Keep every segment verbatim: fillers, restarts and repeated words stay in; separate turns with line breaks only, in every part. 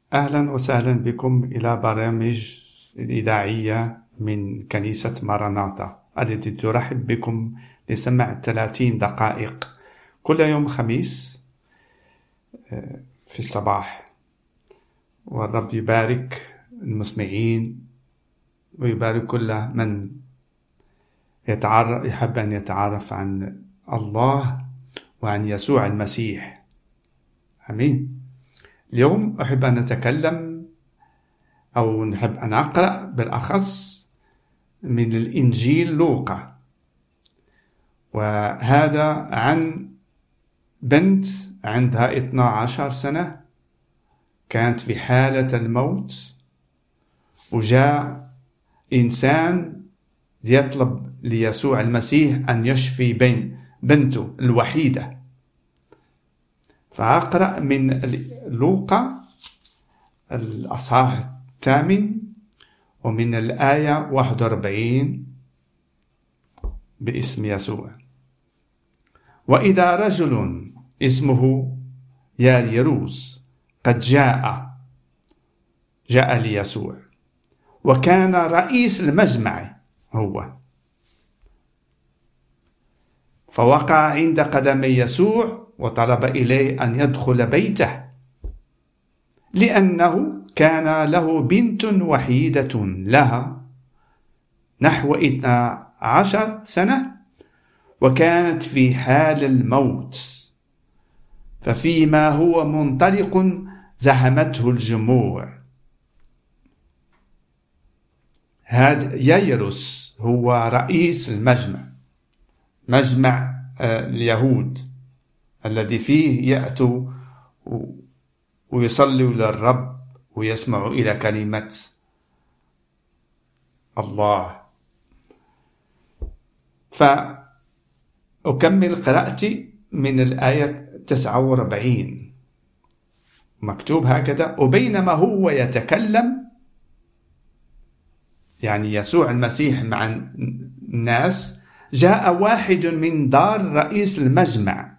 أهلا وسهلا بكم إلى برامج الإذاعية من كنيسة ماراناتا التي ترحب بكم لسماع ثلاثين دقائق كل يوم خميس في الصباح. والرب يبارك المسمعين ويبارك كل من يتعرف يحب أن يتعرف عن الله وعن يسوع المسيح. آمين. اليوم أحب أن أتكلم أو نحب أن أقرأ بالأخص من الإنجيل لوقا، وهذا عن بنت عندها اثنتا عشرة سنة كانت في حالة الموت، وجاء إنسان يطلب ليسوع المسيح أن يشفي بين بنته الوحيدة. فأقرأ من لوقا الأصحاح الثامن ومن الآية واحد وأربعين باسم يسوع. وإذا رجل اسمه يايروس قد جاء جاء ليسوع، وكان رئيس المجمع هو، فوقع عند قدمي يسوع وطلب إليه أن يدخل بيته، لأنه كان له بنت وحيدة لها نحو اثنتا عشرة سنة، وكانت في حال الموت. ففيما هو منطلق زحمته الجموع. هذا يايروس هو رئيس المجمع، مجمع اليهود الذي فيه يأتوا ويصلوا للرب ويسمعوا إلى كلمة الله. فأكمل قراءتي من الآية تسعة وأربعين، مكتوب هكذا: وبينما هو يتكلم، يعني يسوع المسيح مع الناس، جاء واحد من دار رئيس المجمع،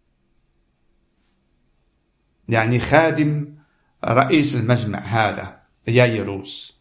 يعني خادم رئيس المجمع هذا يايروس،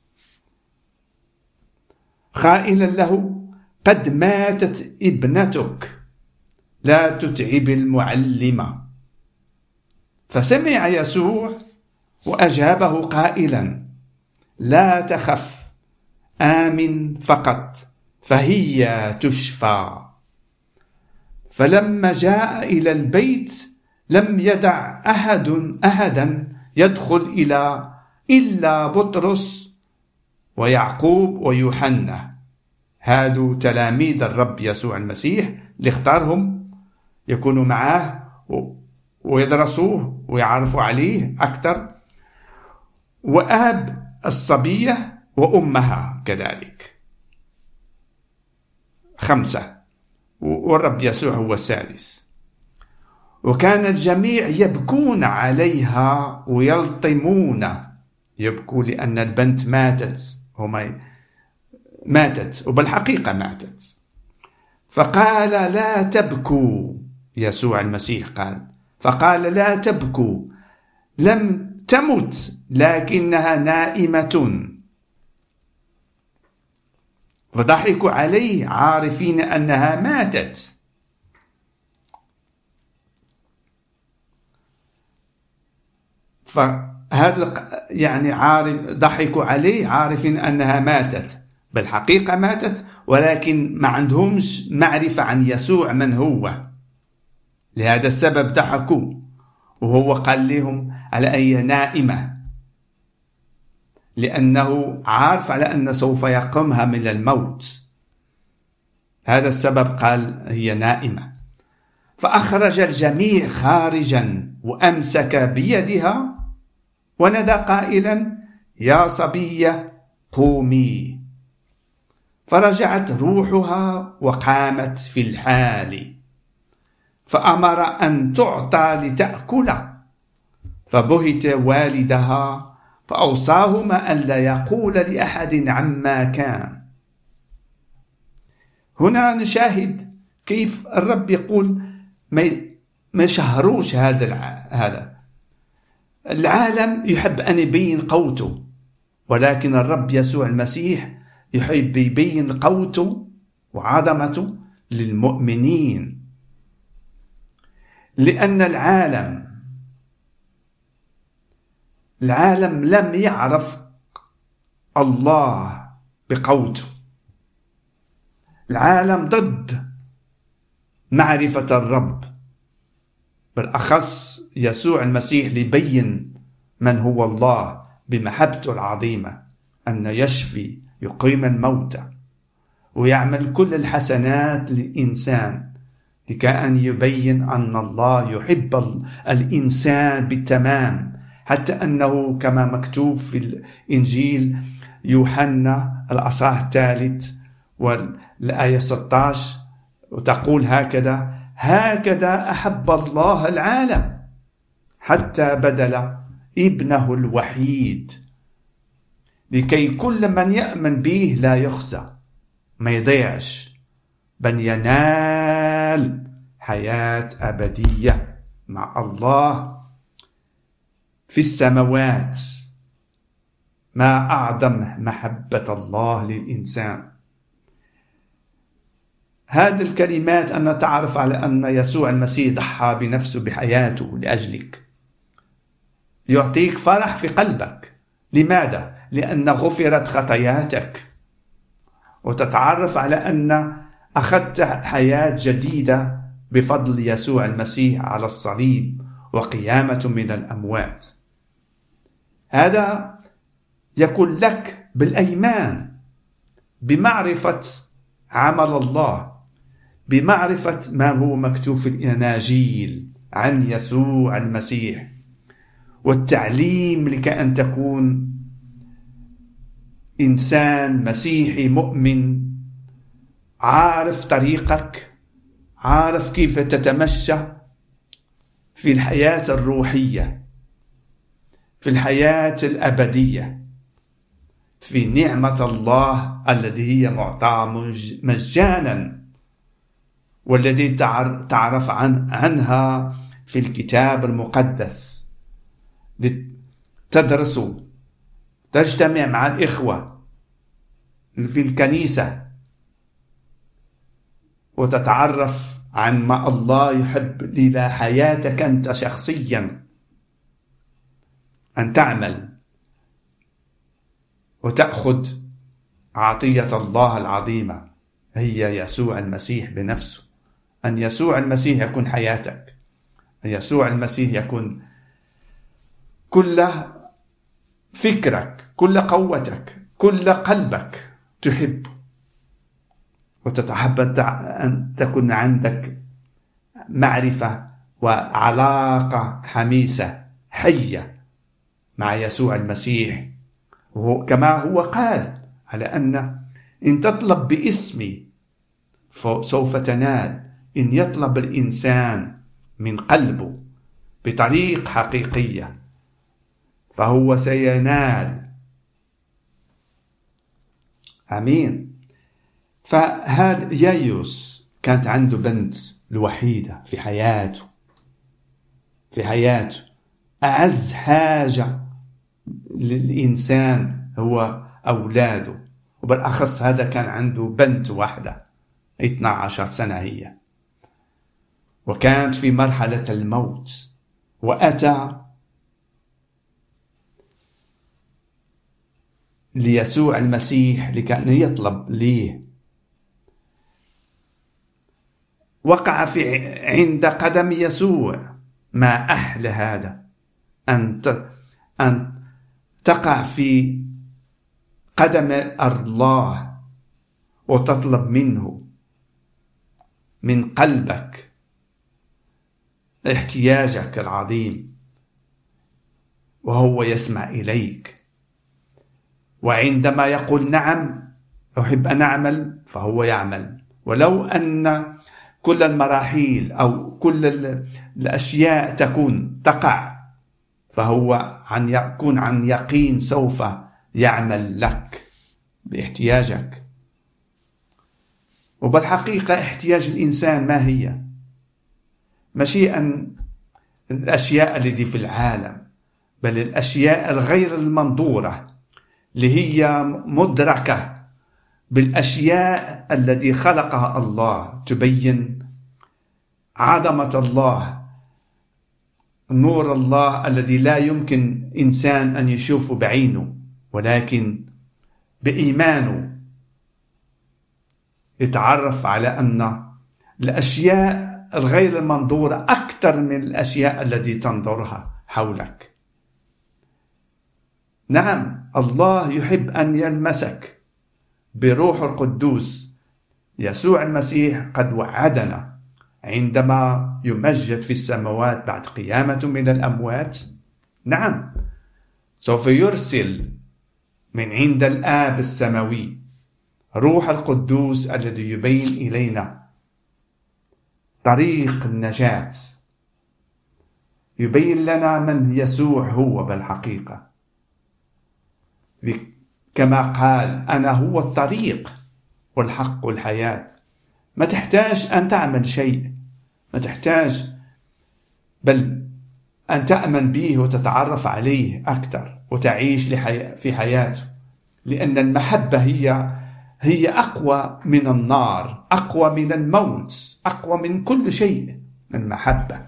قائلا له: قد ماتت ابنتك، لا تتعب المعلمة. فسمع يسوع وأجابه قائلا: لا تخف، آمن فقط فهي تشفى. فلما جاء إلى البيت لم يدع أحد أحدا يدخل إلى إلا بطرس ويعقوب ويوحنا، هادو تلاميذ الرب يسوع المسيح اللي اختارهم يكونوا معاه ويدرسوه ويعرفوا عليه أكثر، وأب الصبية وأمها كذلك، خمسة، والرب يسوع هو السادس. وكان الجميع يبكون عليها ويلطمون، يبكوا لأن البنت ماتت، هما ماتت وبالحقيقة ماتت. فقال: لا تبكوا. يسوع المسيح قال فقال: لا تبكوا، لم تمت لكنها نائمة. فضحكوا عليه عارفين أنها ماتت. فهذا يعني عارف، ضحكوا عليه عارفين أنها ماتت، بالحقيقة ماتت، ولكن ما عندهمش معرفة عن يسوع من هو، لهذا السبب ضحكوا. وهو قال لهم على أي نائمة، لأنه عارف على أن سوف يقومها من الموت، هذا السبب قال هي نائمة. فأخرج الجميع خارجا وأمسك بيدها وندى قائلا: يا صبية قومي. فرجعت روحها وقامت في الحال، فأمر أن تعطى لتأكل. فبهت والدها فأوصاهما ألا يقول لأحد عما كان. هنا نشاهد كيف الرب يقول ما يشهروش هذا هذا العالم يحب أن يبين قوته، ولكن الرب يسوع المسيح يحب يبين قوته وعظمته للمؤمنين، لأن العالم العالم لم يعرف الله بقوته. العالم ضد معرفة الرب، بالأخص يسوع المسيح ليبين من هو الله بمحبته العظيمة، أن يشفي يقيم الموتى ويعمل كل الحسنات للإنسان، لكأن يبين أن الله يحب الإنسان بالتمام، حتى أنه كما مكتوب في الإنجيل يوحنا الأصحاح الثالث والآية ستة عشر، وتقول هكذا: هكذا أحب الله العالم حتى بذل ابنه الوحيد لكي كل من يؤمن به لا يخزى، ما يضيعش، بل ينال حياة أبدية مع الله في السماوات. ما أعظم محبة الله للإنسان. هذه الكلمات أن تعرف على أن يسوع المسيح ضحى بنفسه بحياته لأجلك، يعطيك فرح في قلبك. لماذا؟ لأن غفرت خطاياتك، وتتعرف على أن أخذت حياة جديدة بفضل يسوع المسيح على الصليب وقيامته من الأموات. هذا يكون لك بالأيمان، بمعرفة عمل الله، بمعرفة ما هو مكتوب في الأناجيل عن يسوع المسيح، والتعليم لكأن تكون إنسان مسيحي مؤمن عارف طريقك، عارف كيف تتمشى في الحياة الروحية، في الحياة الأبدية، في نعمة الله التي هي معطاة مجانا، والذي تعرف عن عنها في الكتاب المقدس، تدرسوا، تجتمع مع الإخوة في الكنيسة وتتعرف عن ما الله يحب إلى حياتك أنت شخصيا، أن تعمل وتأخذ عطية الله العظيمة هي يسوع المسيح بنفسه. أن يسوع المسيح يكون حياتك، أن يسوع المسيح يكون كل فكرك، كل قوتك، كل قلبك تحب، وتتحب أن تكون عندك معرفة وعلاقة حميسة حية مع يسوع المسيح، كما هو قال على أن إن تطلب باسمي سوف تنال. إن يطلب الإنسان من قلبه بطريق حقيقية فهو سينال. آمين. فهذا يايوس كانت عنده بنت الوحيدة في حياته في حياته أعز حاجة للإنسان هو أولاده، وبالأخص هذا كان عنده بنت واحدة اثنتا عشرة سنة هي، وكانت في مرحلة الموت، وأتى ليسوع المسيح لكأنه يطلب ليه. وقع في عند قدم يسوع. ما أحلى هذا، أن أن تقع في قدم الله وتطلب منه من قلبك احتياجك العظيم، وهو يسمع إليك. وعندما يقول نعم أحب أن أعمل فهو يعمل، ولو أن كل المراحل أو كل الأشياء تكون تقع فهو عن يكون عن يقين سوف يعمل لك باحتياجك. وبالحقيقة احتياج الإنسان ما هي؟ ماشي أن الأشياء التي في العالم، بل الأشياء الغير المنظورة اللي هي مدركة بالأشياء التي خلقها الله، تبين عظمة الله، نور الله الذي لا يمكن إنسان أن يشوفه بعينه، ولكن بإيمانه يتعرف على أن الأشياء الغير المنظورة أكثر من الأشياء التي تنظرها حولك. نعم، الله يحب أن يلمسك بروح القدوس. يسوع المسيح قد وعدنا عندما يمجد في السماوات بعد قيامته من الأموات، نعم، سوف يرسل من عند الآب السماوي روح القدوس الذي يبين إلينا طريق النجاة، يبين لنا من يسوع هو بالحقيقة، كما قال أنا هو الطريق والحق والحياة. ما تحتاج أن تعمل شيء، ما تحتاج بل أن تأمن به وتتعرف عليه أكثر وتعيش في حياته، لأن المحبة هي هي أقوى من النار، أقوى من الموت، أقوى من كل شيء. المحبة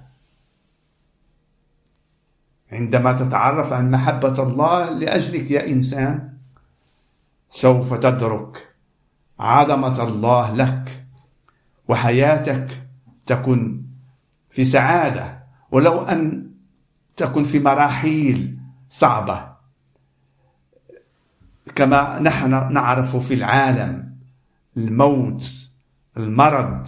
عندما تتعرف عن محبة الله لأجلك يا إنسان سوف تدرك عظمة الله لك، وحياتك تكون في سعادة، ولو أن تكون في مراحل صعبة كما نحن نعرف في العالم، الموت، المرض،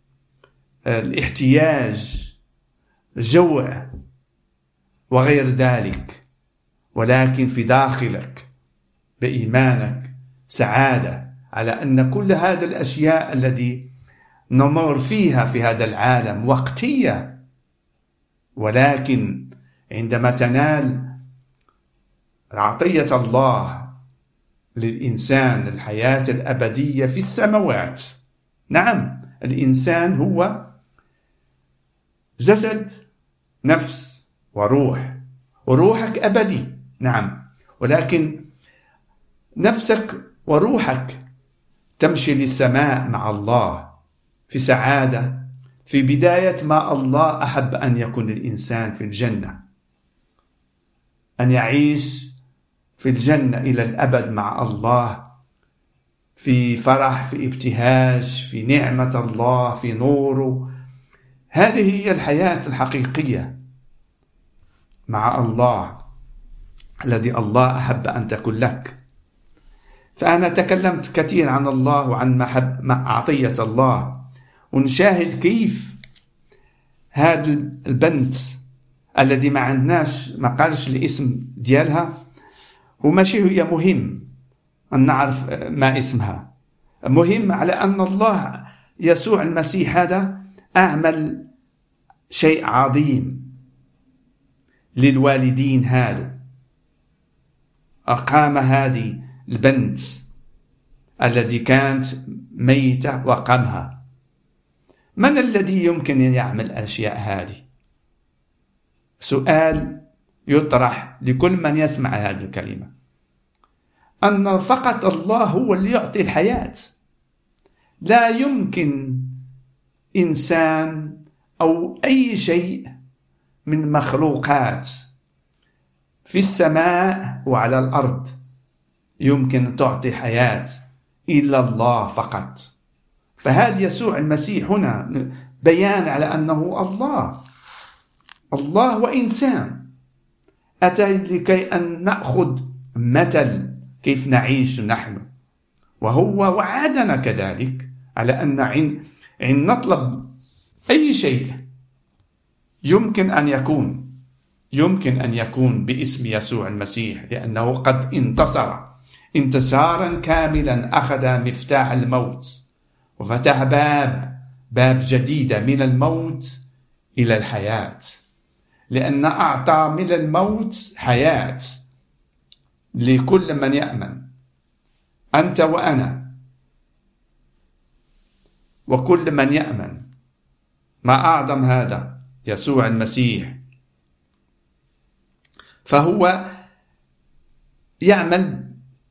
الاحتياج، الجوع وغير ذلك، ولكن في داخلك بإيمانك سعادة على أن كل هذه الأشياء التي نمر فيها في هذا العالم وقتية، ولكن عندما تنال عطية الله للإنسان الحياة الأبدية في السماوات. نعم، الإنسان هو جسد، نفس وروح، وروحك أبدي، نعم، ولكن نفسك وروحك تمشي للسماء مع الله في سعادة، في بداية ما الله أحب أن يكون الإنسان في الجنة، أن يعيش في الجنة إلى الأبد مع الله، في فرح، في ابتهاج، في نعمة الله، في نوره. هذه هي الحياة الحقيقية مع الله الذي الله أحب أن تكون لك. فأنا تكلمت كثير عن الله وعن محب عطية الله، ونشاهد كيف هذا البنت الذي ما عندناش ما قالش الاسم ديالها، وماشي هي مهم أن نعرف ما اسمها، مهم على أن الله يسوع المسيح هذا أعمل شيء عظيم للوالدين هذا، أقام هذه البنت التي كانت ميتة وقامها. من الذي يمكن أن يعمل الأشياء هذه؟ سؤال يطرح لكل من يسمع هذه الكلمة، أن فقط الله هو اللي يعطي الحياة. لا يمكن إنسان أو أي شيء من مخلوقات في السماء وعلى الأرض يمكن تعطي حياة إلا الله فقط. فهذا يسوع المسيح هنا بيان على أنه الله الله وإنسان أتى لكي أن نأخذ مثل كيف نعيش نحن، وهو وعدنا كذلك على أن عن عن نطلب أي شيء يمكن أن يكون يمكن أن يكون باسم يسوع المسيح، لأنه قد انتصر انتصارا كاملا، أخذ مفتاح الموت وفتح باب باب جديدة من الموت إلى الحياة، لأن أعطى من الموت حياة لكل من يأمن، أنت وأنا وكل من يأمن. ما أعظم هذا يسوع المسيح فهو يعمل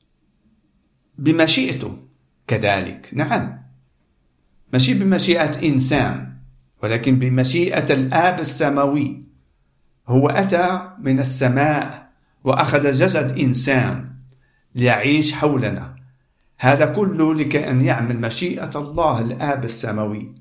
بمشيئته كذلك. نعم، ماشي بمشيئة إنسان، ولكن بمشيئة الآب السماوي. هو أتى من السماء وأخذ جسد إنسان ليعيش حولنا، هذا كله لكي أن يعمل مشيئة الله الآب السماوي،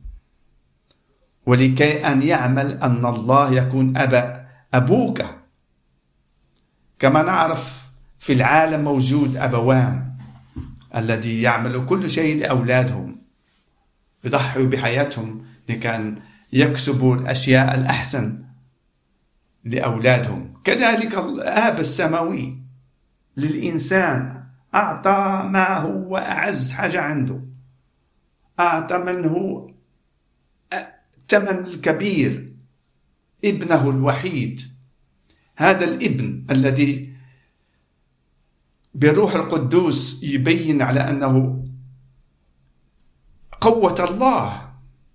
ولكي أن يعمل أن الله يكون أب أبوك. كما نعرف في العالم موجود أبوان الذي يعمل كل شيء لأولادهم، يضحوا بحياتهم لكي يكسبوا الأشياء الأحسن لأولادهم. كذلك الآب السماوي للإنسان أعطى ما هو أعز حاجة عنده، أعطى منه الثمن الكبير، ابنه الوحيد. هذا الابن الذي بالروح القدوس يبين على أنه قوة الله،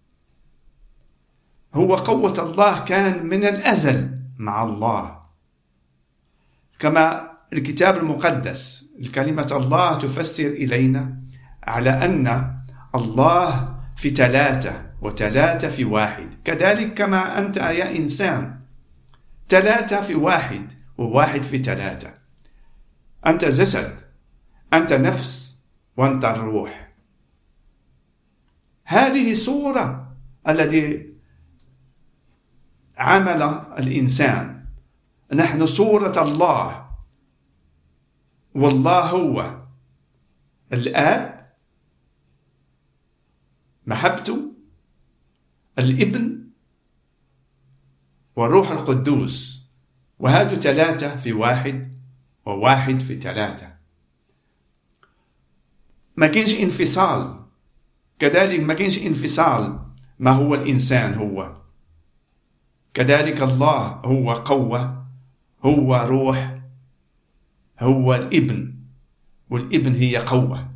هو قوة الله، كان من الأزل مع الله. كما الكتاب المقدس الكلمة الله تفسر إلينا على أن الله في ثلاثة وثلاثة في واحد، كذلك كما أنت يا إنسان ثلاثة في واحد وواحد في ثلاثة. أنت جسد، أنت نفس، وأنت الروح. هذه صورة الذي عمل الإنسان. نحن صورة الله، والله هو الآب محبته، الابن والروح القدوس، وهذا ثلاثة في واحد وواحد في ثلاثة. ما كانش انفصال، كذلك ما كانش انفصال ما هو الإنسان هو، كذلك الله هو قوة، هو روح، هو الابن، والابن هي قوة.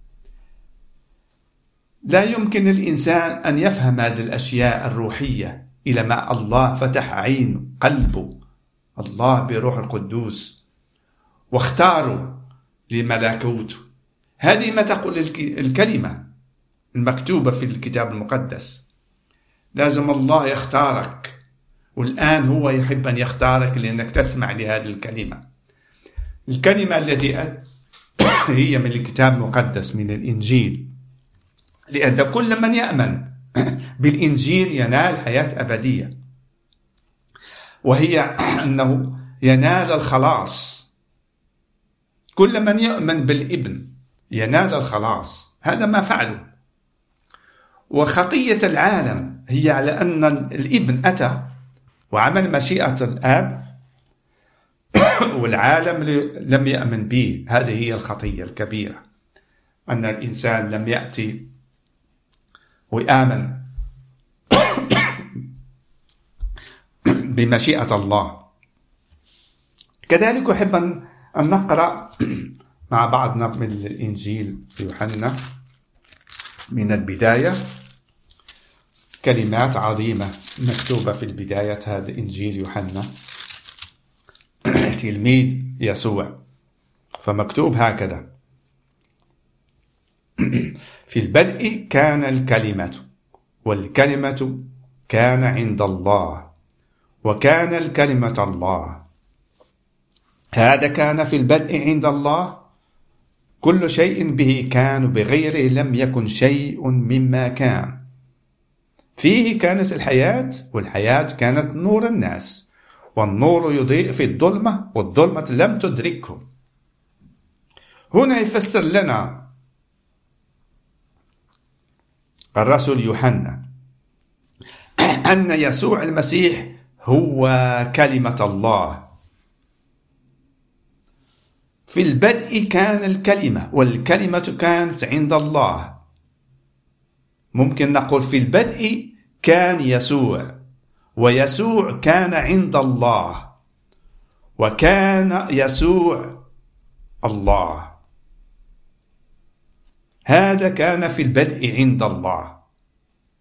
لا يمكن للإنسان أن يفهم هذه الأشياء الروحية إلى ما الله فتح عين قلبه، الله بروح القدوس، واختاره لملكوته. هذه ما تقول الكلمة المكتوبة في الكتاب المقدس. لازم الله يختارك، والآن هو يحب أن يختارك لأنك تسمع لهذه الكلمة. الكلمة التي هي من الكتاب المقدس، من الإنجيل، لأن كل من يأمن بالإنجيل ينال حياة أبدية، وهي أنه ينال الخلاص. كل من يؤمن بالابن ينال الخلاص، هذا ما فعله. وخطية العالم هي على أن الابن أتى وعمل مشيئة الآب والعالم لم يؤمن به. هذه هي الخطية الكبيرة، أن الإنسان لم يأتي وآمن بمشيئة الله. كذلك أحب أن نقرأ مع بعضنا من الإنجيل يوحنا من البداية، كلمات عظيمة مكتوبة في البداية هذا إنجيل يوحنا تلميذ يسوع. فمكتوب هكذا: في البدء كان الكلمة، والكلمة كان عند الله، وكان الكلمة الله. هذا كان في البدء عند الله. كل شيء به كان، بغيره لم يكن شيء مما كان. فيه كانت الحياة، والحياة كانت نور الناس، والنور يضيء في الظلمة، والظلمة لم تدركه. هنا يفسر لنا الرسول يوحنا أن يسوع المسيح هو كلمة الله. في البدء كان الكلمة، والكلمة كانت عند الله. ممكن نقول في البدء كان يسوع، ويسوع كان عند الله، وكان يسوع الله. هذا كان في البدء عند الله.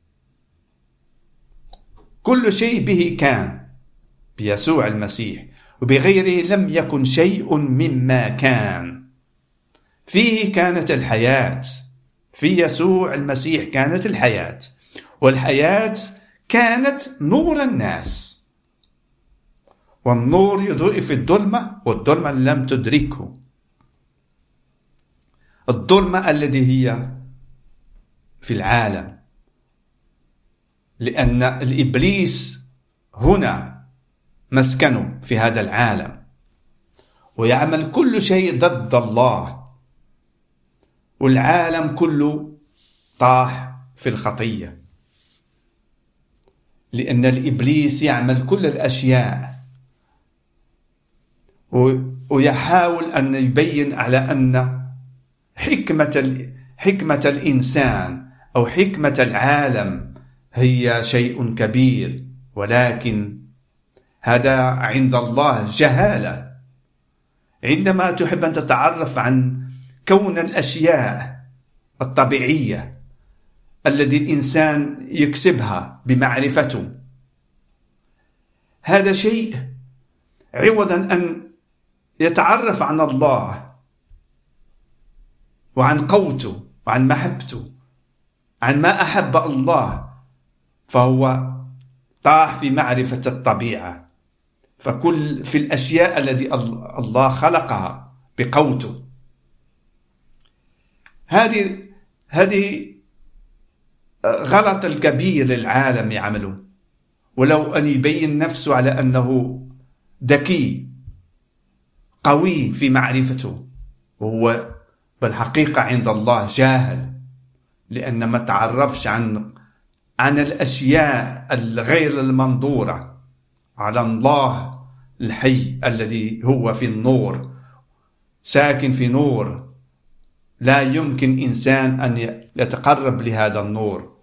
كل شيء به كان بيسوع المسيح، وبغيره لم يكن شيء مما كان. فيه كانت الحياة، في يسوع المسيح كانت الحياة، والحياة كانت نور الناس، والنور يضيء في الظلمة والظلمة لم تدركه. الظلمة التي هي في العالم، لأن الإبليس هنا مسكنه في هذا العالم، ويعمل كل شيء ضد الله، والعالم كله طاح في الخطية، لأن الإبليس يعمل كل الأشياء ويحاول أن يبين على أن حكمة حكمة الإنسان أو حكمة العالم هي شيء كبير، ولكن هذا عند الله جهالة. عندما تحب أن تتعرف عن كون الأشياء الطبيعية التي الإنسان يكسبها بمعرفته، هذا شيء عوضا أن يتعرف عن الله وعن قوته وعن محبته، عن ما أحب الله، فهو طاح في معرفة الطبيعة، فكل في الأشياء التي الله خلقها بقوته. هذه هذه غلط الكبير للعالم يعمله، ولو أن يبين نفسه على أنه ذكي قوي في معرفته، وهو بالحقيقة عند الله جاهل، لأن ما تعرفش عن عن الأشياء الغير المنظورة، على الله الحي الذي هو في النور، ساكن في نور، لا يمكن إنسان أن يتقرب لهذا النور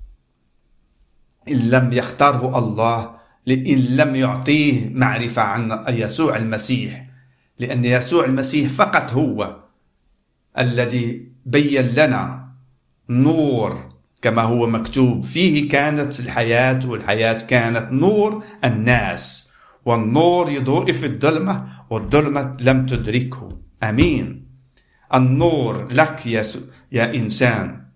إن لم يختاره الله، إن لم يعطيه معرفة عن يسوع المسيح، لأن يسوع المسيح فقط هو الذي بين لنا نور، كما هو مكتوب فيه كانت الحياة والحياة كانت نور الناس، والنور يضوء في الظلمة والظلمة لم تدركه. أمين. النور لك يا, يا إنسان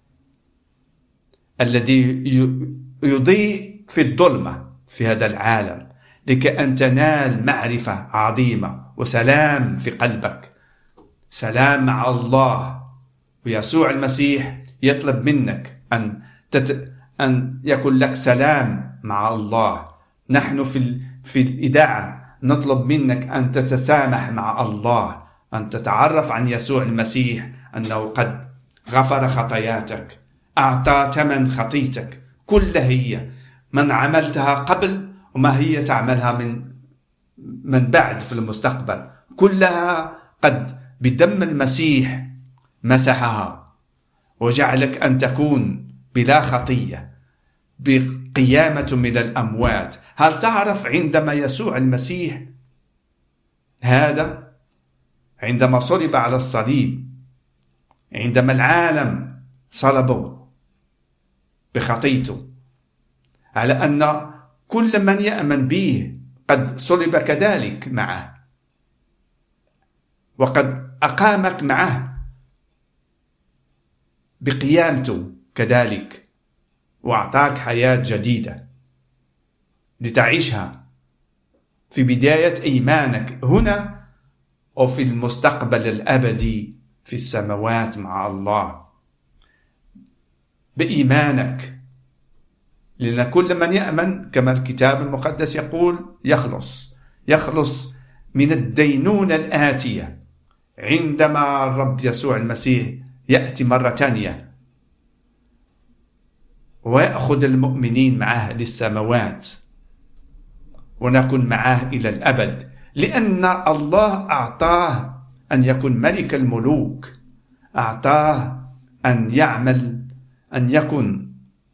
الذي يضيء في الظلمة في هذا العالم، لكي أن تنال معرفة عظيمة وسلام في قلبك، سلام مع الله. ويسوع المسيح يطلب منك أن تت... أن يكون لك سلام مع الله. نحن في ال... في الإذاعة نطلب منك أن تتسامح مع الله، أن تتعرف عن يسوع المسيح أنه قد غفر خطاياتك، أعطى ثمن خطيتك كلها، هي من عملتها قبل وما هي تعملها من من بعد في المستقبل، كلها قد بدم المسيح مسحها وجعلك أن تكون بلا خطية بقيامة من الأموات. هل تعرف عندما يسوع المسيح هذا، عندما صلب على الصليب، عندما العالم صلبه بخطيته، على أن كل من يأمن به قد صلب كذلك معه، وقد أقامك معه بقيامته كذلك، وأعطاك حياة جديدة لتعيشها في بداية إيمانك هنا وفي المستقبل الأبدي في السماوات مع الله بإيمانك. لأن كل من يأمن كما الكتاب المقدس يقول يخلص يخلص من الدينونة الآتية عندما الرب يسوع المسيح يأتي مرة ثانية ويأخذ المؤمنين معه للسماوات ونكون معه إلى الأبد، لأن الله أعطاه أن يكون ملك الملوك، أعطاه أن يعمل، أن يكون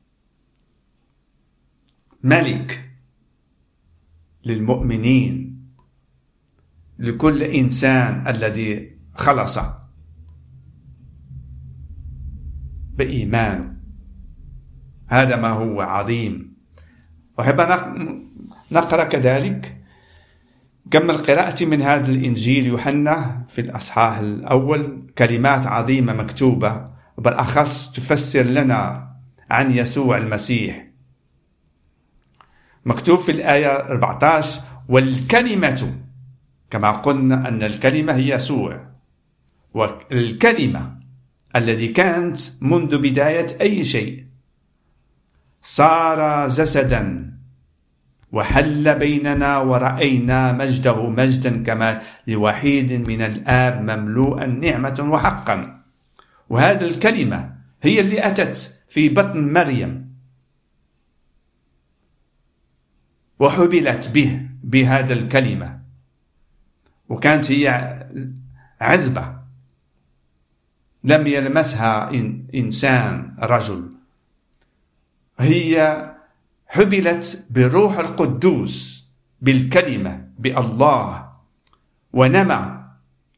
ملك للمؤمنين، لكل إنسان الذي خلص بإيمانه. هذا ما هو عظيم. وحب نقرأ كذلك كمل قراءتي من هذا الإنجيل يوحنا في الأصحاح الأول كلمات عظيمة مكتوبة، بالأخص تفسر لنا عن يسوع المسيح. مكتوب في الآية أربعة عشر: والكلمة، كما قلنا أن الكلمة هي يسوع، والكلمة الذي كانت منذ بداية أي شيء صار جسدا وحل بيننا ورأينا مجده مجدا كما لوحيد من الآب مملوءا نعمة وحقا. وهذه الكلمة هي اللي أتت في بطن مريم وحبلت به بهذا الكلمة، وكانت هي عزبة لم يلمسها إنسان رجل، هي حبلت بالروح القدوس بالكلمة بالله، ونمى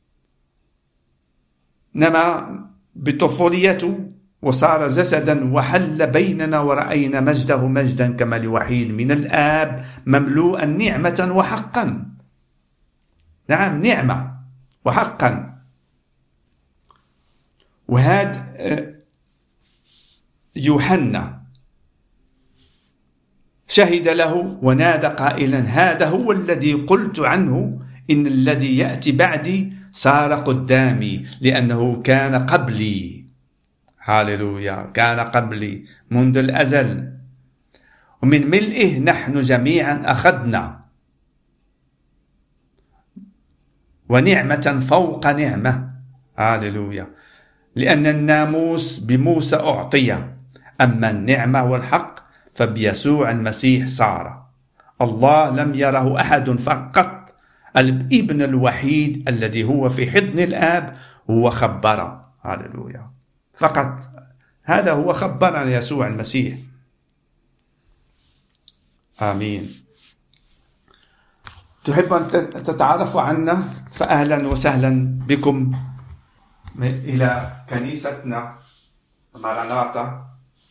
نمى بطفوليته وصار جسدا وحل بيننا ورأينا مجده مجدا كما لوحيد من الآب مملوءا نعمة وحقا. نعم، نعمة وحقا. وهذا يوحنا شهد له ونادى قائلا: هذا هو الذي قلت عنه إن الذي يأتي بعدي صار قدامي لأنه كان قبلي. هاليلويا، كان قبلي منذ الأزل، ومن ملئه نحن جميعا أخذنا، ونعمة فوق نعمة. هاليلويا، لأن الناموس بموسى أعطي، أما النعمة والحق فبيسوع المسيح صار. الله لم يره أحد، فقط الابن الوحيد الذي هو في حضن الآب هو خبر. هاليلويا، فقط هذا هو خبرنا يسوع المسيح. آمين. تحب أن تتعرفوا عنا؟ فأهلا وسهلا بكم إلى كنيستنا ماراناتا.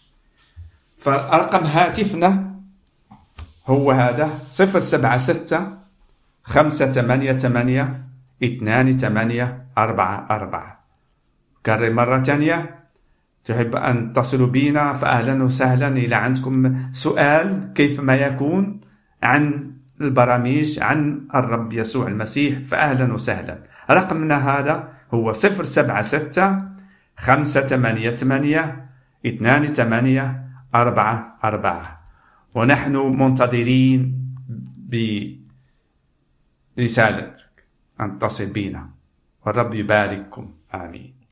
فرقم هاتفنا هو هذا: صفر سبعة ستة خمسة ثمانية ثمانية اثنان ثمانية أربعة أربعة. كرر مرة ثانية، تحب أن تصلوا بنا فأهلا وسهلا. إلى عندكم سؤال كيف ما يكون عن البرامج عن الرب يسوع المسيح فأهلا وسهلا. رقمنا هذا هو صفر سبعة ستة خمسة ثمانية ثمانية اثنان ثمانية أربعة أربعة، ونحن منتظرين برسالتك أن تصل بنا، والرب يبارككم. آمين.